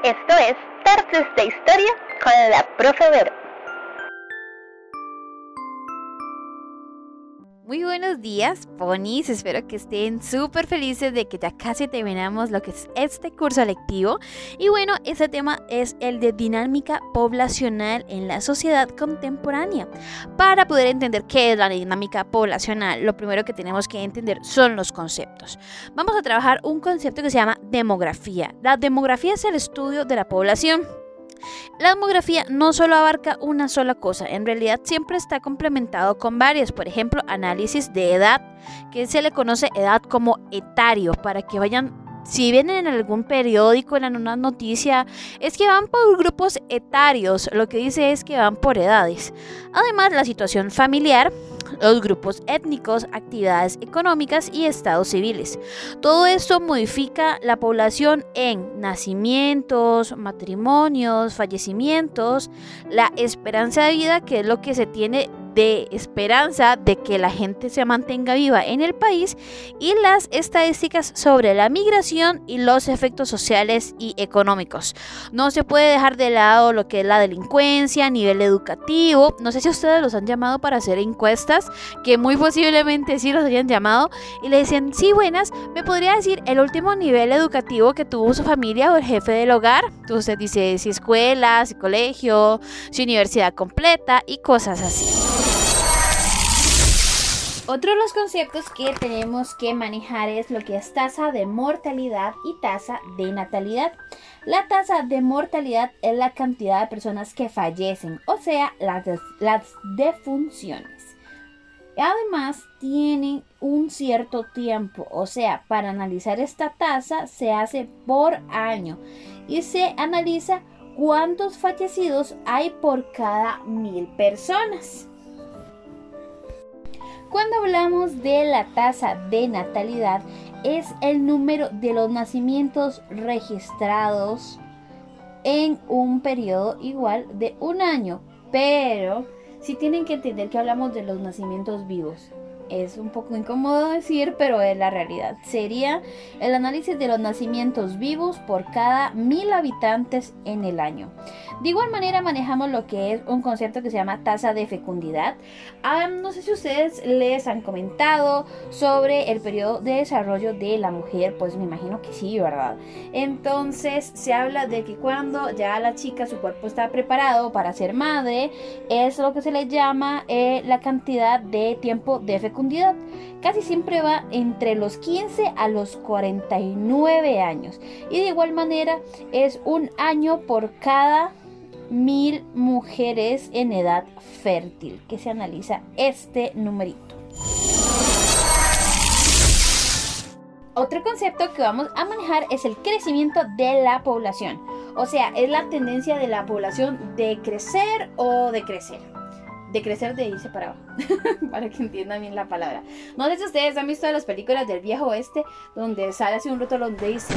Esto es Tardes de Historia con la Profe Vero. Muy buenos días, ponis. Espero que estén súper felices de que ya casi terminamos lo que es este curso lectivo. Y bueno, ese tema es el de dinámica poblacional en la sociedad contemporánea. Para poder entender qué es la dinámica poblacional, lo primero que tenemos que entender son los conceptos. Vamos a trabajar un concepto que se llama demografía. La demografía es el estudio de la población. La demografía no solo abarca una sola cosa, en realidad siempre está complementado con varias, por ejemplo, análisis de edad, que se le conoce edad como etario, para que vayan, si vienen en algún periódico, en una noticia, es que van por grupos etarios, lo que dice es que van por edades. Además, la situación familiar, los grupos étnicos, actividades económicas y estados civiles. Todo esto modifica la población en nacimientos, matrimonios, fallecimientos, la esperanza de vida, que es lo que se tiene de esperanza de que la gente se mantenga viva en el país, y las estadísticas sobre la migración y los efectos sociales y económicos. No se puede dejar de lado lo que es la delincuencia a nivel educativo. No sé si ustedes los han llamado para hacer encuestas, que muy posiblemente sí los hayan llamado y le dicen: sí, buenas, ¿me podría decir el último nivel educativo que tuvo su familia o el jefe del hogar? Entonces usted dice si escuela, si colegio, si universidad completa y cosas así. Otro de los conceptos que tenemos que manejar es lo que es tasa de mortalidad y tasa de natalidad. La tasa de mortalidad es la cantidad de personas que fallecen, o sea, las defunciones. Además, tienen un cierto tiempo, o sea, para analizar esta tasa se hace por año y se analiza cuántos fallecidos hay por cada 1000 personas. Cuando hablamos de la tasa de natalidad, es el número de los nacimientos registrados en un periodo igual de un año, pero sí tienen que entender que hablamos de los nacimientos vivos. Es un poco incómodo decir, pero es la realidad. Sería el análisis de los nacimientos vivos por cada 1000 habitantes en el año. De igual manera manejamos lo que es un concepto que se llama tasa de fecundidad. No sé si ustedes les han comentado sobre el periodo de desarrollo de la mujer, pues me imagino que sí, ¿verdad? Entonces se habla de que cuando ya la chica, su cuerpo está preparado para ser madre, es lo que se le llama la cantidad de tiempo de fecundidad. Casi siempre va entre los 15 a los 49 años. Y de igual manera es un año por cada 1000 mujeres en edad fértil que se analiza este numerito. Otro concepto que vamos a manejar es el crecimiento de la población. O sea, es la tendencia de la población de crecer o de crecer. De crecer, de irse para abajo, para que entiendan bien la palabra. No sé si ustedes han visto las películas del viejo oeste, donde sale así un rótulo donde dice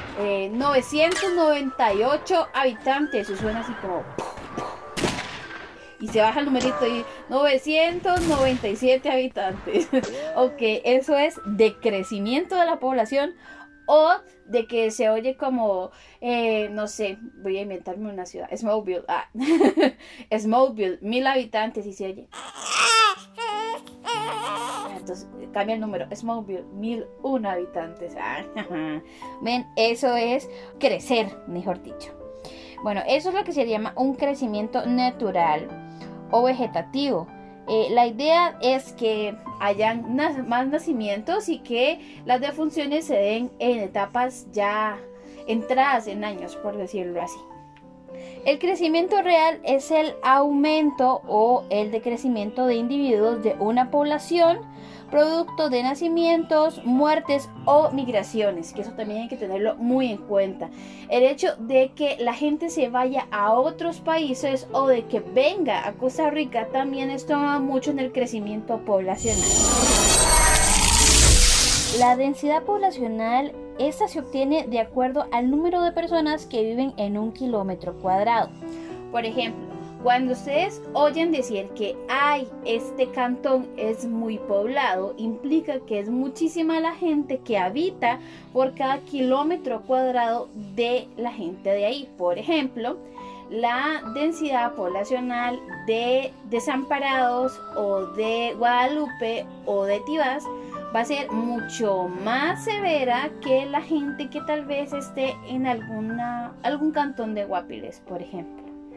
998 habitantes, y suena así como... y se baja el numerito y 997 habitantes. Ok, eso es de crecimiento de la población, o de que se oye como, no sé, voy a inventarme una ciudad, Smallville, Smallville, 1000 habitantes, y se oye, entonces cambia el número, Smallville, 1001 habitantes. Ven, eso es crecer, mejor dicho. Bueno, eso es lo que se llama un crecimiento natural o vegetativo. La idea es que hayan más nacimientos y que las defunciones se den en etapas ya entradas en años, por decirlo así. El crecimiento real es el aumento o el decrecimiento de individuos de una población, producto de nacimientos, muertes o migraciones, que eso también hay que tenerlo muy en cuenta. El hecho de que la gente se vaya a otros países o de que venga a Costa Rica también esto va mucho en el crecimiento poblacional. La densidad poblacional, esta se obtiene de acuerdo al número de personas que viven en un kilómetro cuadrado. Por ejemplo, Cuando ustedes oyen decir que este cantón es muy poblado, implica que es muchísima la gente que habita por cada kilómetro cuadrado de la gente de ahí. Por ejemplo, la densidad poblacional de Desamparados o de Guadalupe o de Tibás va a ser mucho más severa que la gente que tal vez esté en algún cantón de Guapiles, por ejemplo.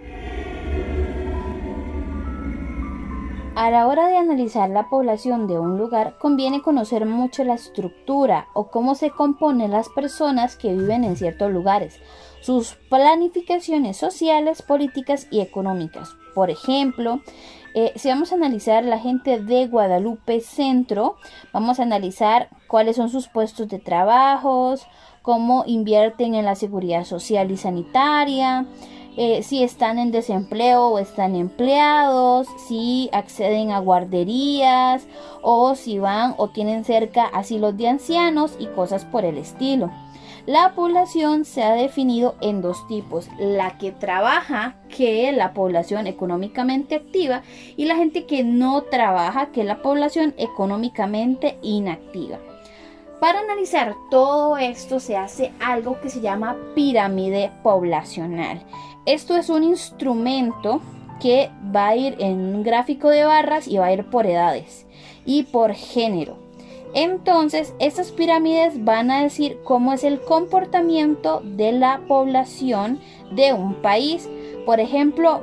A la hora de analizar la población de un lugar, conviene conocer mucho la estructura o cómo se componen las personas que viven en ciertos lugares, sus planificaciones sociales, políticas y económicas. Por ejemplo, si vamos a analizar la gente de Guadalupe Centro, vamos a analizar cuáles son sus puestos de trabajo, cómo invierten en la seguridad social y sanitaria, si están en desempleo o están empleados, si acceden a guarderías o si van o tienen cerca asilos de ancianos y cosas por el estilo. La población se ha definido en dos tipos: la que trabaja, que es la población económicamente activa, y la gente que no trabaja, que es la población económicamente inactiva. Para analizar todo esto se hace algo que se llama pirámide poblacional. Esto es un instrumento que va a ir en un gráfico de barras y va a ir por edades y por género. Entonces, estas pirámides van a decir cómo es el comportamiento de la población de un país. Por ejemplo,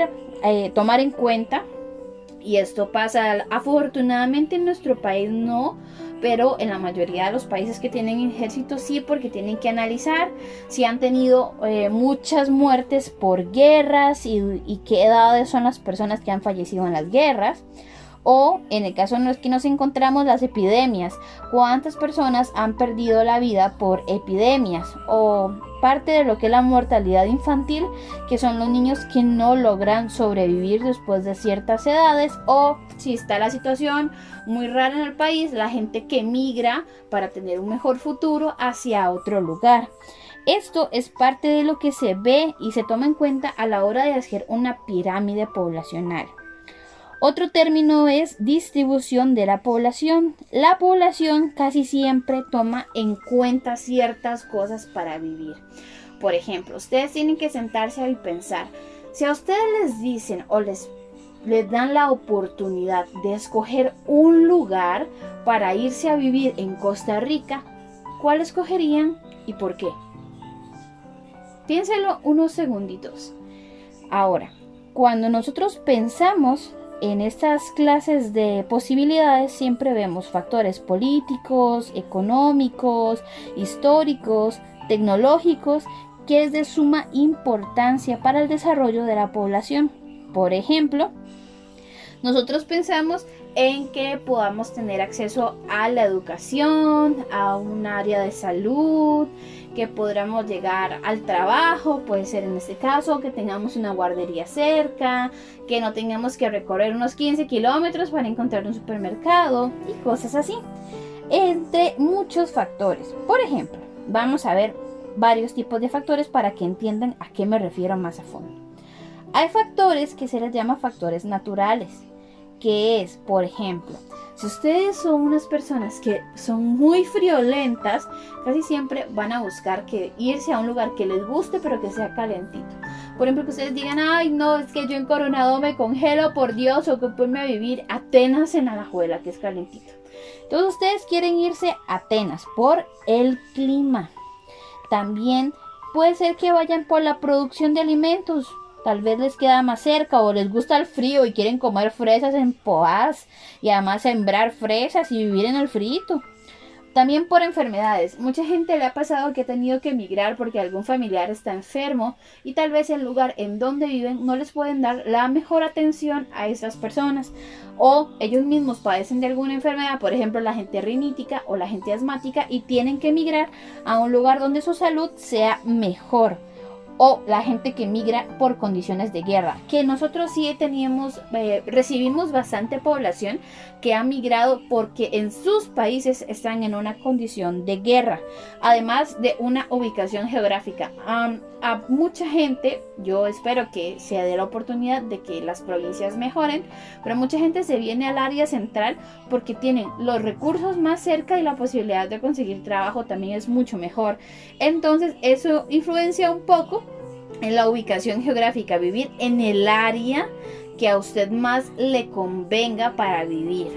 tomar en cuenta, y esto pasa afortunadamente en nuestro país no, pero en la mayoría de los países que tienen ejército sí, porque tienen que analizar si han tenido muchas muertes por guerras y qué edades son las personas que han fallecido en las guerras. O en el caso en los que nos encontramos, las epidemias, cuántas personas han perdido la vida por epidemias, o parte de lo que es la mortalidad infantil, que son los niños que no logran sobrevivir después de ciertas edades, o si está la situación muy rara en el país, la gente que migra para tener un mejor futuro hacia otro lugar. Esto es parte de lo que se ve y se toma en cuenta a la hora de hacer una pirámide poblacional. Otro término es distribución de la población. La población casi siempre toma en cuenta ciertas cosas para vivir. Por ejemplo, ustedes tienen que sentarse y pensar, si a ustedes les dicen o les dan la oportunidad de escoger un lugar para irse a vivir en Costa Rica, ¿cuál escogerían y por qué? Piénselo unos segunditos. Ahora, cuando nosotros pensamos en estas clases de posibilidades, siempre vemos factores políticos, económicos, históricos, tecnológicos, que es de suma importancia para el desarrollo de la población. Por ejemplo, nosotros pensamos en que podamos tener acceso a la educación, a un área de salud, que podamos llegar al trabajo, puede ser en este caso, que tengamos una guardería cerca, que no tengamos que recorrer unos 15 kilómetros para encontrar un supermercado y cosas así, entre muchos factores. Por ejemplo, vamos a ver varios tipos de factores para que entiendan a qué me refiero más a fondo. Hay factores que se les llama factores naturales, que es, por ejemplo, si ustedes son unas personas que son muy friolentas, casi siempre van a buscar irse a un lugar que les guste pero que sea calentito. Por ejemplo, que ustedes digan, ay no, es que yo en Coronado me congelo, por Dios, o que pueden vivir a Atenas en Alajuela, que es calentito. Entonces ustedes quieren irse a Atenas por el clima. También puede ser que vayan por la producción de alimentos. Tal vez les queda más cerca o les gusta el frío y quieren comer fresas en Poás y además sembrar fresas y vivir en el frío. También por enfermedades. Mucha gente le ha pasado que ha tenido que emigrar porque algún familiar está enfermo y tal vez el lugar en donde viven no les pueden dar la mejor atención a esas personas. O ellos mismos padecen de alguna enfermedad, por ejemplo la gente rinítica o la gente asmática, y tienen que emigrar a un lugar donde su salud sea mejor. o la gente que migra por condiciones de guerra, que nosotros sí recibimos bastante población que ha migrado porque en sus países están en una condición de guerra, además de una ubicación geográfica. A mucha gente, yo espero que se dé la oportunidad de que las provincias mejoren, pero mucha gente se viene al área central porque tienen los recursos más cerca y la posibilidad de conseguir trabajo también es mucho mejor. Entonces eso influencia un poco en la ubicación geográfica, vivir en el área que a usted más le convenga para vivir.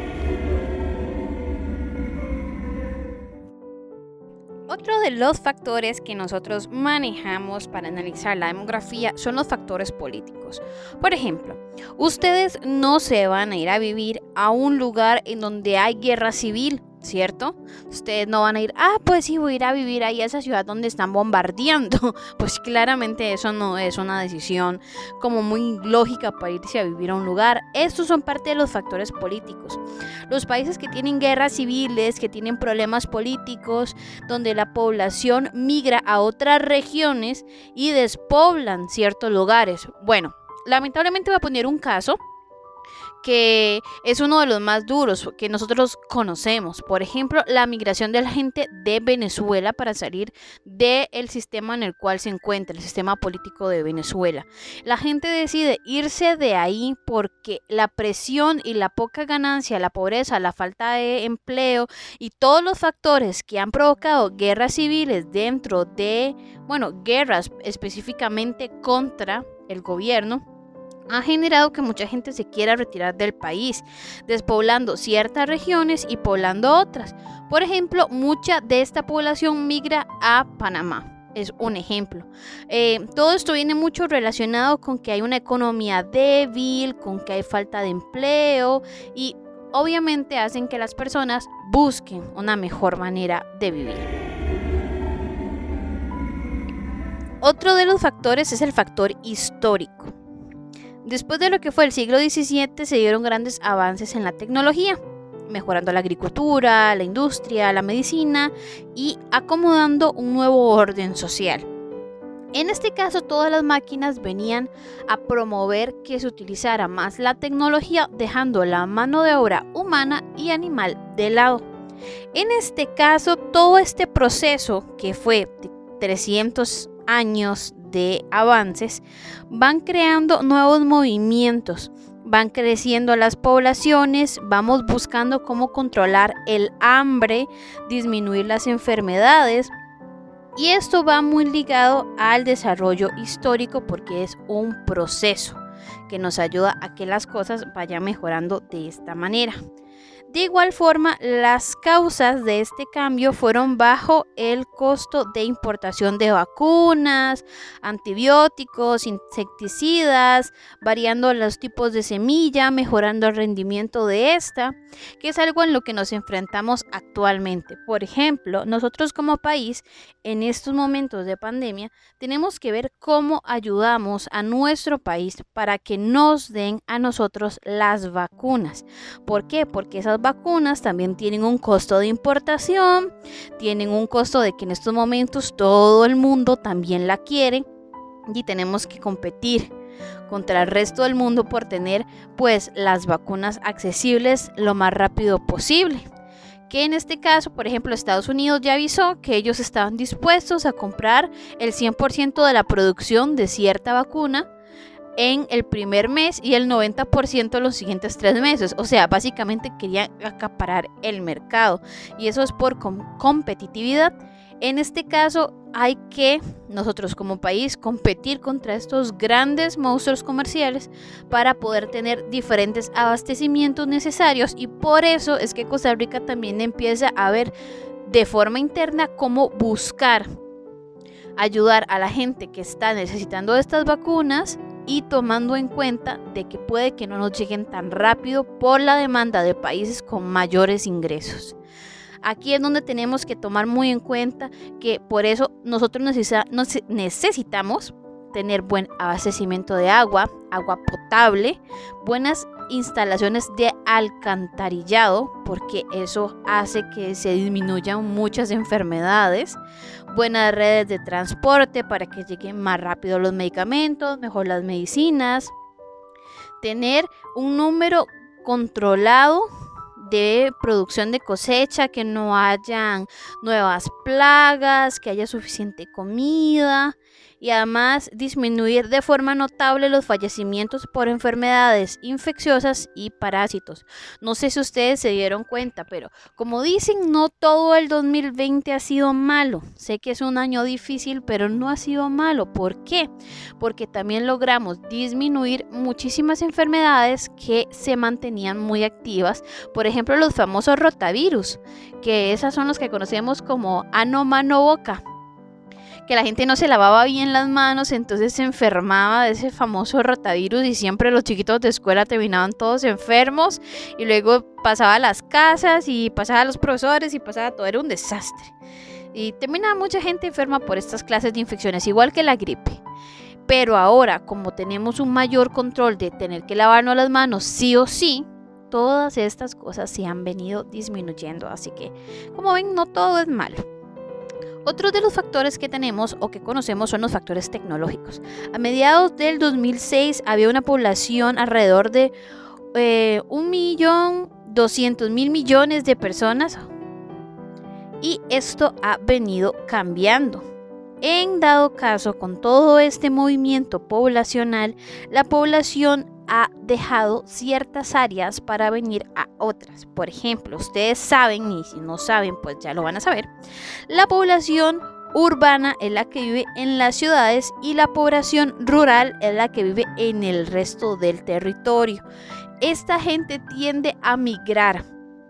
Otro de los factores que nosotros manejamos para analizar la demografía son los factores políticos. Por ejemplo, ustedes no se van a ir a vivir a un lugar en donde hay guerra civil, ¿cierto? Ustedes no van a ir, pues sí, voy a ir a vivir ahí a esa ciudad donde están bombardeando. Pues claramente eso no es una decisión como muy lógica para irse a vivir a un lugar. Estos son parte de los factores políticos. Los países que tienen guerras civiles, que tienen problemas políticos, donde la población migra a otras regiones y despoblan ciertos lugares. Bueno, lamentablemente voy a poner un caso que es uno de los más duros que nosotros conocemos. Por ejemplo, la migración de la gente de Venezuela para salir del sistema en el cual se encuentra, el sistema político de Venezuela. La gente decide irse de ahí porque la presión y la poca ganancia, la pobreza, la falta de empleo y todos los factores que han provocado guerras civiles dentro de, guerras específicamente contra el gobierno, ha generado que mucha gente se quiera retirar del país, despoblando ciertas regiones y poblando otras. Por ejemplo, mucha de esta población migra a Panamá. Es un ejemplo. Todo esto viene mucho relacionado con que hay una economía débil, con que hay falta de empleo y obviamente hacen que las personas busquen una mejor manera de vivir. Otro de los factores es el factor histórico. Después de lo que fue el siglo XVII se dieron grandes avances en la tecnología, mejorando la agricultura, la industria, la medicina y acomodando un nuevo orden social. En este caso, todas las máquinas venían a promover que se utilizara más la tecnología, dejando la mano de obra humana y animal de lado. En este caso, todo este proceso que fue de 300 años de avances, van creando nuevos movimientos, van creciendo las poblaciones, vamos buscando cómo controlar el hambre, disminuir las enfermedades, y esto va muy ligado al desarrollo histórico porque es un proceso que nos ayuda a que las cosas vayan mejorando de esta manera. De igual forma, las causas de este cambio fueron bajo el costo de importación de vacunas, antibióticos, insecticidas, variando los tipos de semilla, mejorando el rendimiento de esta, que es algo en lo que nos enfrentamos actualmente. Por ejemplo, nosotros como país, en estos momentos de pandemia, tenemos que ver cómo ayudamos a nuestro país para que nos den a nosotros las vacunas. ¿Por qué? Porque esas vacunas también tienen un costo de importación, tienen un costo de que en estos momentos todo el mundo también la quiere y tenemos que competir contra el resto del mundo por tener pues las vacunas accesibles lo más rápido posible. Que en este caso, por ejemplo, Estados Unidos ya avisó que ellos estaban dispuestos a comprar el 100% de la producción de cierta vacuna en el primer mes y el 90% en los siguientes 3 meses. O sea, básicamente querían acaparar el mercado y eso es por competitividad. En este caso hay que nosotros como país competir contra estos grandes monstruos comerciales para poder tener diferentes abastecimientos necesarios, y por eso es que Costa Rica también empieza a ver de forma interna cómo buscar ayudar a la gente que está necesitando de estas vacunas y tomando en cuenta de que puede que no nos lleguen tan rápido por la demanda de países con mayores ingresos. Aquí es donde tenemos que tomar muy en cuenta que por eso nosotros necesitamos tener buen abastecimiento de agua potable, buenas instalaciones de alcantarillado, porque eso hace que se disminuyan muchas enfermedades, buenas redes de transporte para que lleguen más rápido los medicamentos, mejor las medicinas, tener un número controlado de producción de cosecha, que no hayan nuevas plagas, que haya suficiente comida y además disminuir de forma notable los fallecimientos por enfermedades infecciosas y parásitos. No sé si ustedes se dieron cuenta, pero como dicen, no todo el 2020 ha sido malo. Sé que es un año difícil, pero no ha sido malo. ¿Por qué? Porque también logramos disminuir muchísimas enfermedades que se mantenían muy activas. Por ejemplo, los famosos rotavirus, que esas son los que conocemos como ano, mano, boca, que la gente no se lavaba bien las manos, entonces se enfermaba de ese famoso rotavirus y siempre los chiquitos de escuela terminaban todos enfermos y luego pasaba a las casas y pasaba a los profesores y pasaba todo, era un desastre. Y terminaba mucha gente enferma por estas clases de infecciones, igual que la gripe. Pero ahora, como tenemos un mayor control de tener que lavarnos las manos sí o sí, todas estas cosas se han venido disminuyendo. Así que, como ven, no todo es malo. Otros de los factores que tenemos o que conocemos son los factores tecnológicos. A mediados del 2006 había una población alrededor de 1.200.000 millones de personas y esto ha venido cambiando. En dado caso, con todo este movimiento poblacional, la población ha dejado ciertas áreas para venir a otras. Por ejemplo, ustedes saben, y si no saben, pues ya lo van a saber, la población urbana es la que vive en las ciudades y la población rural es la que vive en el resto del territorio. Esta gente tiende a migrar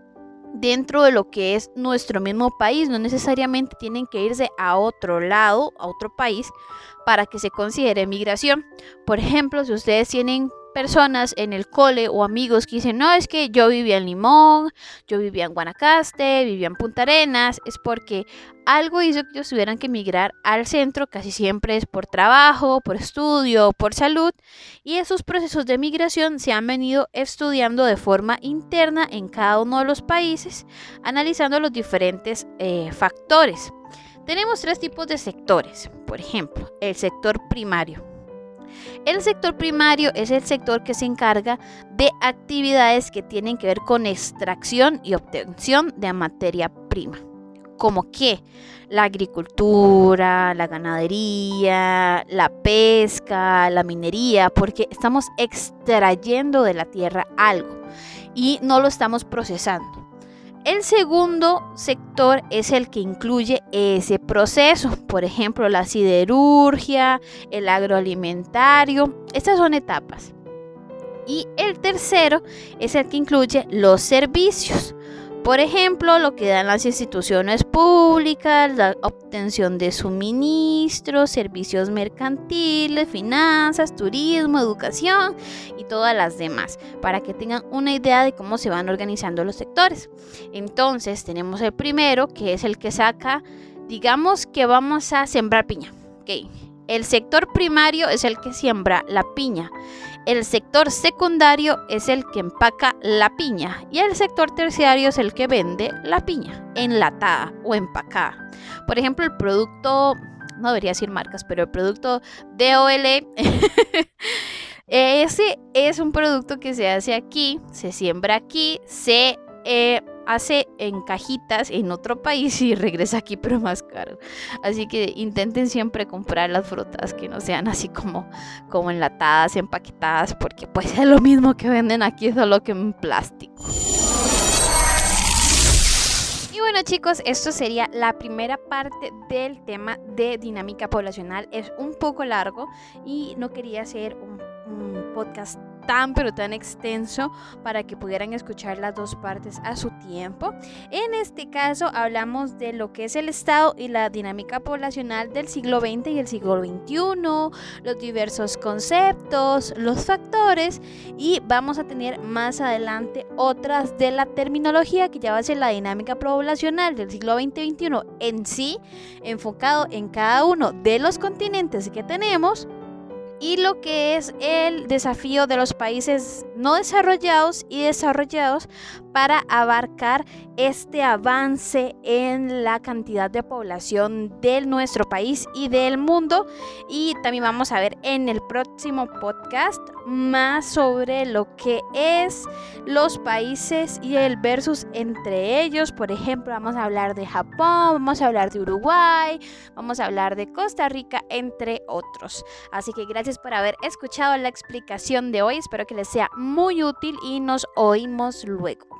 dentro de lo que es nuestro mismo país, no necesariamente tienen que irse a otro lado, a otro país, para que se considere migración. Por ejemplo, si ustedes tienen personas en el cole o amigos que dicen, no, es que yo vivía en Limón, yo vivía en Guanacaste, vivía en Punta Arenas, es porque algo hizo que ellos tuvieran que emigrar al centro. Casi siempre es por trabajo, por estudio, por salud, y esos procesos de migración se han venido estudiando de forma interna en cada uno de los países, analizando los diferentes factores. Tenemos 3 tipos de sectores. Por ejemplo, el sector primario. El sector primario es el sector que se encarga de actividades que tienen que ver con extracción y obtención de materia prima, como que la agricultura, la ganadería, la pesca, la minería, porque estamos extrayendo de la tierra algo y no lo estamos procesando. El segundo sector es el que incluye ese proceso, por ejemplo, la siderurgia, el agroalimentario, estas son etapas. Y el tercero es el que incluye los servicios, por ejemplo, lo que dan las instituciones públicas, la obtención de suministros, servicios mercantiles, finanzas, turismo, educación y todas las demás, para que tengan una idea de cómo se van organizando los sectores. Entonces, tenemos el primero, que es el que saca, digamos que vamos a sembrar piña. Okay. El sector primario es el que siembra la piña. El sector secundario es el que empaca la piña y el sector terciario es el que vende la piña enlatada o empacada. Por ejemplo, el producto, no debería decir marcas, pero el producto DOL, ese es un producto que se hace aquí, se siembra aquí, se hace en cajitas en otro país y regresa aquí, pero más caro. Así que intenten siempre comprar las frutas que no sean así como enlatadas, empaquetadas, porque pues es lo mismo que venden aquí, solo que en plástico. Y bueno, chicos, esto sería la primera parte del tema de dinámica poblacional. Es un poco largo y no quería hacer un podcast pero tan extenso para que pudieran escuchar las 2 partes a su tiempo. En este caso hablamos de lo que es el estado y la dinámica poblacional del siglo XX y el siglo XXI, los diversos conceptos, los factores, y vamos a tener más adelante otras de la terminología que ya va a ser la dinámica poblacional del siglo XX-XXI en sí, enfocado en cada uno de los continentes que tenemos y lo que es el desafío de los países no desarrollados y desarrollados para abarcar este avance en la cantidad de población de nuestro país y del mundo. Y también vamos a ver en el próximo podcast más sobre lo que es los países y el versus entre ellos. Por ejemplo, vamos a hablar de Japón, vamos a hablar de Uruguay, vamos a hablar de Costa Rica, entre otros. Así que gracias por haber escuchado la explicación de hoy. Espero que les sea muy útil y nos oímos luego.